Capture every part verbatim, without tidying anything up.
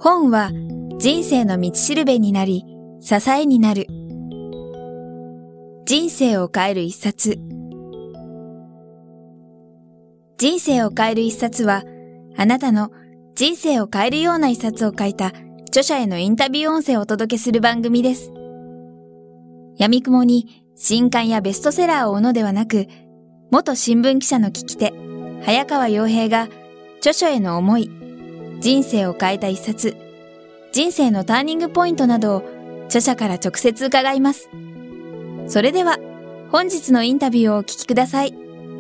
本は人生の道しるべになり、支えになる。人生を変える一冊。人生を変える一冊は、あなたの人生を変えるような一冊を書いた著者へのインタビュー音声をお届けする番組です。闇雲に新刊やベストセラーを追うのではなく、元新聞記者の聞き手、早川洋平が著書への思い、人生を変えた一冊、人生のターニングポイントなどを著者から直接伺います。それでは本日のインタビューをお聞きください。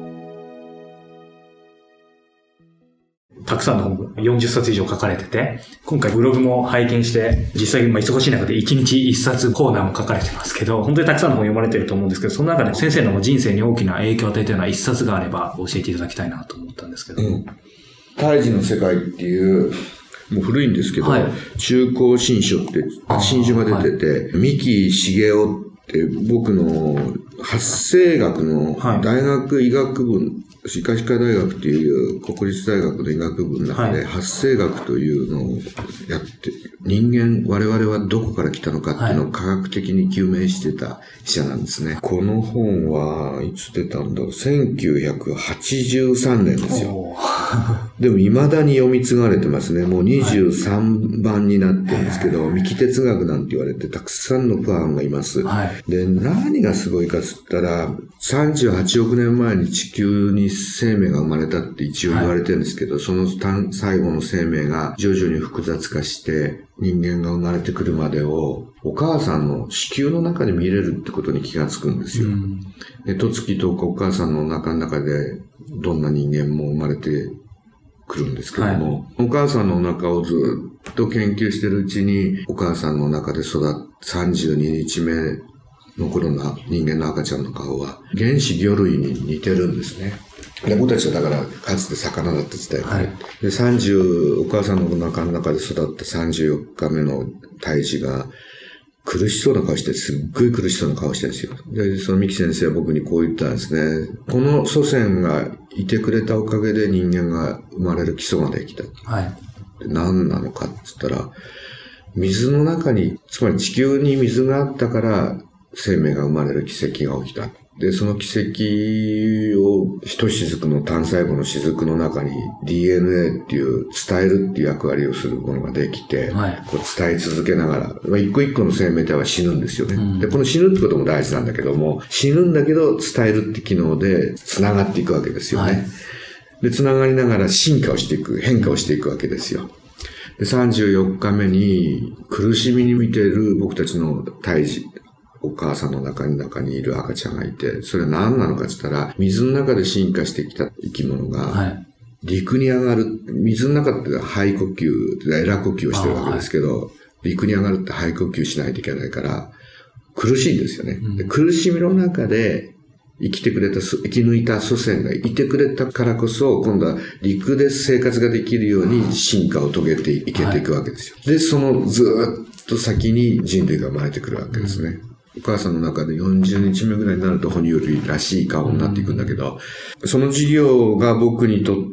たくさんの本よんじゅっさつ以上書かれてて、今回ブログも拝見して、実際まあ忙しい中でいちにちいっさつコーナーも書かれてますけど、本当にたくさんの本読まれてると思うんですけど、その中で先生の人生に大きな影響を与えたようないっさつがあれば教えていただきたいなと思ったんですけど。 うん。胎児の世界っていう、もう古いんですけど、はい、中高新書って新書が出てて、はい、三木茂雄って僕の発生学の大学医学部、はい医科歯科大学っていう国立大学の医学部の中で発生学というのをやって、人間、我々はどこから来たのかっていうのを科学的に究明してた医者なんですね。この本はいつ出たんだろう、せんきゅうひゃくはちじゅうさんねんですよ。でも未だに読み継がれてますね。もうにじゅうさんばんになってるんですけど、三木哲学なんて言われてたくさんのファンがいます。で、何がすごいかっつったら、さんじゅうはちおくねんまえに地球に生命が生まれたって一応言われてるんですけど、はい、その最後の生命が徐々に複雑化して人間が生まれてくるまでをお母さんの子宮の中で見れるってことに気がつくんですよ。うん、で、とつきとおかお母さんの中の中でどんな人間も生まれてくるんですけども、はい、お母さんのお腹をずっと研究してるうちにお母さんの中で育っさんじゅうににちめの頃の人間の赤ちゃんの顔は原始魚類に似てるんですね。で僕たちはだからかつて魚だった時代、はい、でさんじゅうお母さんのお腹の中で育ったさんじゅうよっかめの胎児が苦しそうな顔して、すっごい苦しそうな顔してるんですよ。でその三木先生は僕にこう言ったんですね。この祖先がいてくれたおかげで人間が生まれる基礎ができた。はい、何なのかって言ったら、水の中に、つまり地球に水があったから生命が生まれる奇跡が起きた。で、その奇跡を一雫の単細胞の雫の中に ディーエヌエー っていう伝えるっていう役割をするものができて、はい、こう伝え続けながら、まあ、一個一個の生命体は死ぬんですよね、うん。で、この死ぬってことも大事なんだけども、死ぬんだけど伝えるって機能で繋がっていくわけですよね。はい、で、繋がりながら進化をしていく、変化をしていくわけですよ。で、さんじゅうよっかめに苦しみに見ている僕たちの胎児、お母さんの中に中にいる赤ちゃんがいて、それは何なのかって言ったら、水の中で進化してきた生き物が、陸に上がる、水の中って肺呼吸、エラ呼吸をしてるわけですけど、はい、陸に上がるって肺呼吸しないといけないから、苦しいんですよね。うん、で苦しみの中で生きてくれた、生き抜いた祖先がいてくれたからこそ、今度は陸で生活ができるように進化を遂げていけていくわけですよ。はい、で、そのずっと先に人類が生まれてくるわけですね。うんお母さんの中でよんじゅうにちめぐらいになると哺乳類らしい顔になっていくんだけど、その授業が僕にとって、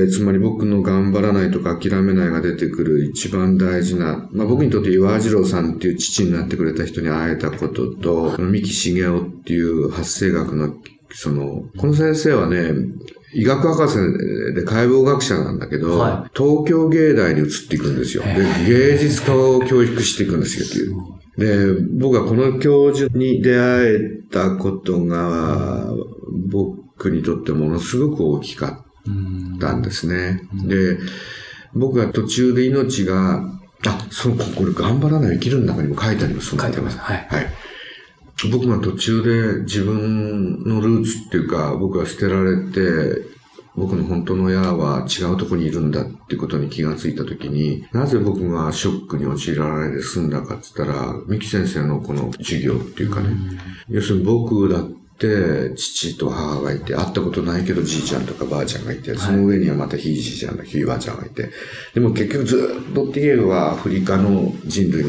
つまり僕の頑張らないとか諦めないが出てくる一番大事な、まあ僕にとって岩次郎さんっていう父になってくれた人に会えたことと、三木茂雄っていう発生学の、その、この先生はね、医学博士で解剖学者なんだけど、はい、東京芸大に移っていくんですよ。で、芸術家を教育していくんですよっていう。で、僕はこの教授に出会えたことが、僕にとってものすごく大きかったんですね。で、僕は途中で命が、あ、そう、これ頑張らない生きるの中にも書いてあります。 書いてます。はい。 はい。僕が途中で自分のルーツっていうか、僕は捨てられて、僕の本当の親は違うところにいるんだってことに気がついたときに、なぜ僕がショックに陥らないで済んだかって言ったら、三木先生のこの授業っていうかね、要するに僕だって父と母がいて、会ったことないけどじいちゃんとかばあちゃんがいて、その上にはまたひいじいちゃんだ、ひいばあちゃんがいて、でも結局ずっとって言えばアフリカの人類の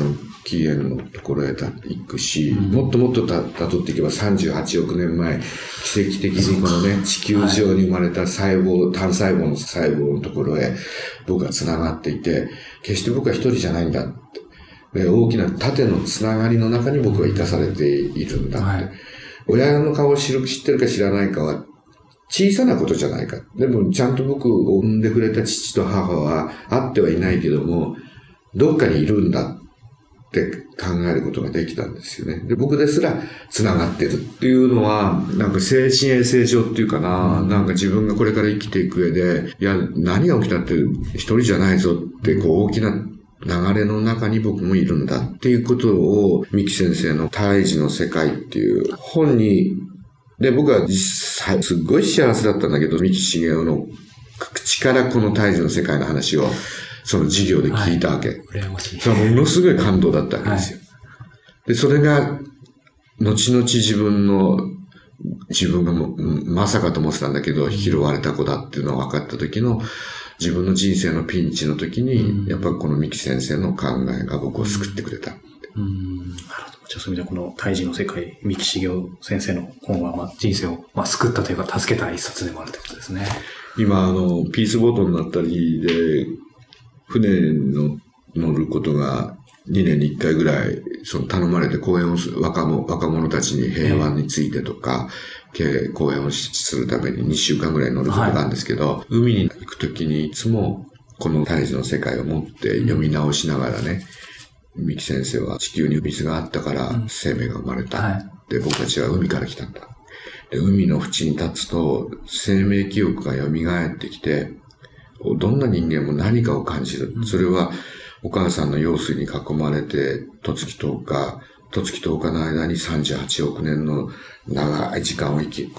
起源のところへ行くし、うん、もっともっとた辿っていけばさんじゅうはちおくねんまえ、奇跡的にこのね、地球上に生まれた細胞、はい、単細胞の細胞のところへ僕は繋がっていて、決して僕は一人じゃないんだって。で、大きな縦の繋がりの中に僕は生かされているんだって。はい、親の顔を知る、知ってるか知らないかは小さなことじゃないか。でもちゃんと僕を産んでくれた父と母は会ってはいないけども、どっかにいるんだって考えることができたんですよね。で、僕ですら繋がってるっていうのは、なんか精神衛生上っていうかな、うん、なんか自分がこれから生きていく上で、いや、何が起きたって一人じゃないぞって、こう大きな流れの中に僕もいるんだっていうことを、三木先生の胎児の世界っていう本に、で、僕は実際すっごい幸せだったんだけど、三木茂雄の口からこの胎児の世界の話を、その授業で聞いたわけ。はい、羨ましい。それはものすごい感動だったわけですよ。はい、で、それが、後々自分の、自分がもまさかと思ってたんだけど、拾われた子だっていうのが分かった時の、自分の人生のピンチの時に、うん、やっぱこの三木先生の考えが僕を救ってくれた。 うん、なるほど。じゃあそういう意味でこの胎児の世界、三木茂雄先生の本は、まあ、人生を、まあ、救ったというか助けた一冊でもあるということですね。 今、あの、ピースボートになったりで、船の乗ることがにねんにいっかいぐらい、その頼まれて講演をする若者、若者たちに平和についてとか、えー、講演をするためににしゅうかんぐらい乗ることがあるんですけど、はい、海に行くときにいつもこの胎児の世界を持って読み直しながらね、うん、三木先生は地球に水があったから生命が生まれた。うんはい、で、僕たちは海から来たんだ。で、海の縁に立つと生命記憶が蘇ってきて、どんな人間も何かを感じる。それはお母さんの羊水に囲まれて、十月十日、十月十日の間にさんじゅうはちおくねんの長い時間を生き、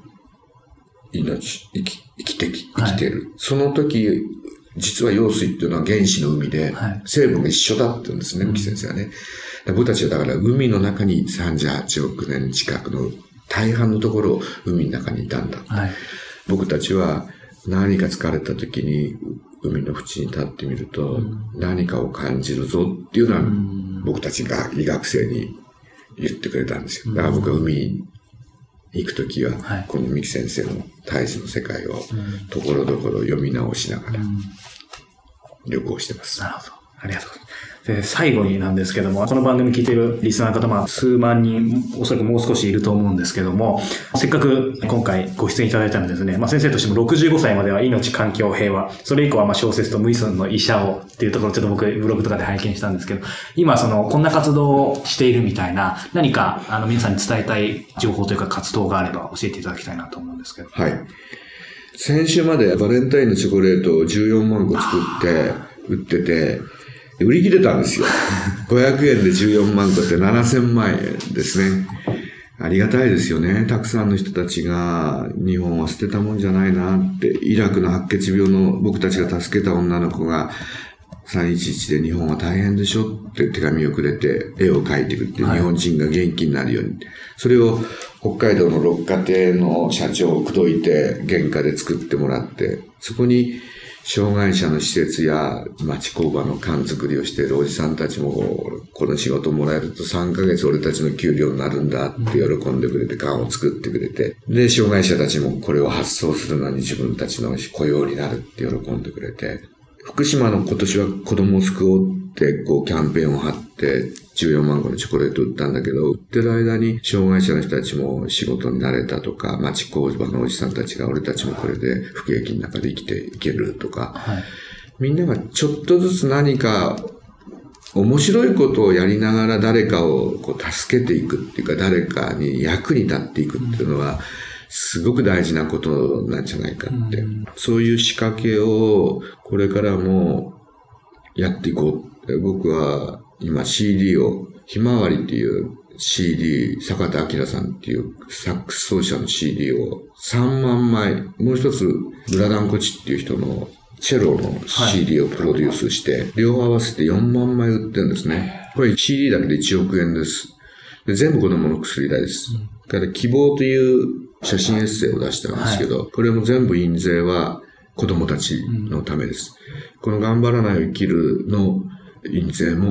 命、生き、生きてき、生きてる。はい、その時、実は羊水っていうのは原子の海で、成分が一緒だって言うんですね、三木先生はね。僕たちはだから海の中にさんじゅうはちおくねん近くの大半のところを海の中にいたんだ。はい、僕たちは何か疲れた時に海の縁に立ってみると何かを感じるぞっていうのは僕たちが医学生に言ってくれたんですよ。だから僕は海に行く時はこの三木先生の胎児の世界をところどころ読み直しながら旅行してます。 なるほど。ありがとうございます。で、最後になんですけども、この番組聞いているリスナーの方、まあ、数万人、おそらくもう少しいると思うんですけども、せっかく今回ご出演いただいたのでですね、まあ、先生としてもろくじゅうごさいまでは命、環境、平和、それ以降はまあ小説と無依存の医者をっていうところをちょっと僕ブログとかで拝見したんですけど、今その、こんな活動をしているみたいな、何かあの皆さんに伝えたい情報というか活動があれば教えていただきたいなと思うんですけど。 はい。先週までバレンタインのチョコレートをじゅうよんまんこ作って売ってて、売り切れたんですよ。ごひゃくえんでじゅうよんまんこってななせんまんえんですね。ありがたいですよね。たくさんの人たちが日本は捨てたもんじゃないなって、イラクの白血病の僕たちが助けた女の子がさんいちいちで日本は大変でしょって手紙をくれて絵を描いてるって、日本人が元気になるように。それを北海道の六花亭の社長を口説いて原価で作ってもらって、そこに障害者の施設や町工場の缶作りをしているおじさんたちも、この仕事もらえるとさんかげつ俺たちの給料になるんだって喜んでくれて、缶を作ってくれて、で、障害者たちもこれを発送するのに自分たちの雇用になるって喜んでくれて、福島の今年は子供を救おうってこうキャンペーンを張ってじゅうよんまんこのチョコレート売ったんだけど、売ってる間に障害者の人たちも仕事に慣れたとか、町工場のおじさんたちが俺たちもこれで服役の中で生きていけるとか、はい、みんながちょっとずつ何か面白いことをやりながら誰かをこう助けていくっていうか、誰かに役に立っていくっていうのは、うん、すごく大事なことなんじゃないかって、うん、そういう仕掛けをこれからもやっていこうって。僕は今 シーディー をひまわりっていう シーディー、坂田明さんっていうサックス奏者の シーディー をさんまんまい、もう一つブラダンコチっていう人のチェロの シーディー をプロデュースして、はい、両方合わせてよんまんまい売ってるんですね。これ シーディー だけでいちおくえんです。で全部子供の薬代です。うん、だから希望という写真エッセイを出したんですけど、はい、これも全部印税は子供たちのためです。うん、この頑張らないを生きるの印税も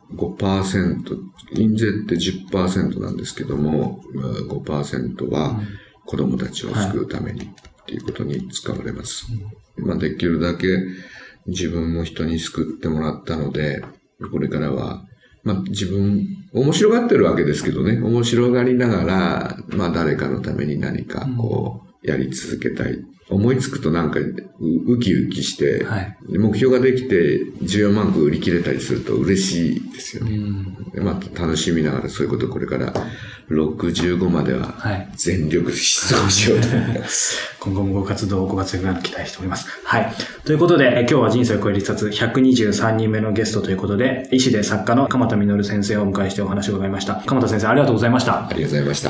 ごパーセント、印税って じゅっパーセント なんですけども、ごパーセント は子供たちを救うためにっていうことに使われます。はい、まあ、できるだけ自分も人に救ってもらったので、これからは、まあ、自分、面白がってるわけですけどね、面白がりながら、まあ、誰かのために何かこう、やり続けたい。思いつくとなんかウキウキして、はい、目標ができてじゅうよんまんこ売り切れたりすると嬉しいですよね。でまた楽しみながらそういうことをこれからろくじゅうごまでは全力で出動しようと思います。 はい、今後もご活動、ご活躍が期待しております。はい。ということで、今日は人生を超える一冊ひゃくにじゅうさんにんめのゲストということで、医師で作家の鎌田実先生をお迎えしてお話を伺いました。鎌田先生、ありがとうございました。 ありがとうございました。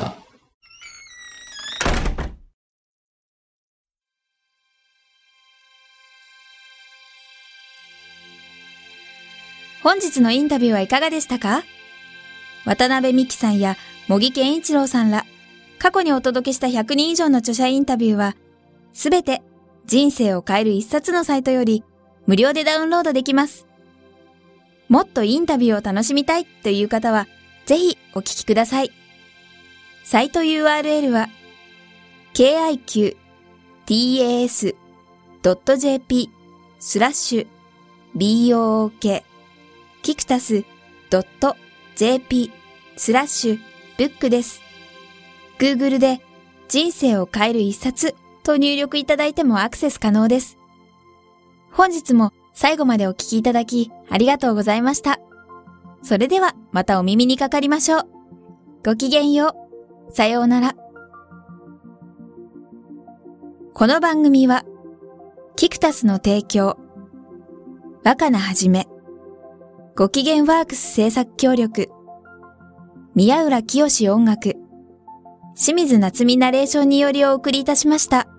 本日のインタビューはいかがでしたか？渡辺美樹さんや茂木健一郎さんら、過去にお届けしたひゃくにん以上の著者インタビューは、すべて人生を変える一冊のサイトより無料でダウンロードできます。もっとインタビューを楽しみたいという方は、ぜひお聞きください。サイト ユーアールエル は ケーアイキューティーエーエスドットジェーピー スラッシュ ビーオーオーケー キクタス ドットジェーピー スラッシュブックです。Google で人生を変える一冊と入力いただいてもアクセス可能です。本日も最後までお聞きいただきありがとうございました。それではまたお耳にかかりましょう。ごきげんよう。さようなら。この番組はキクタスの提供、若菜はじめ、ごきげんワークス制作協力、宮浦清志音楽、清水夏美ナレーションによりお送りいたしました。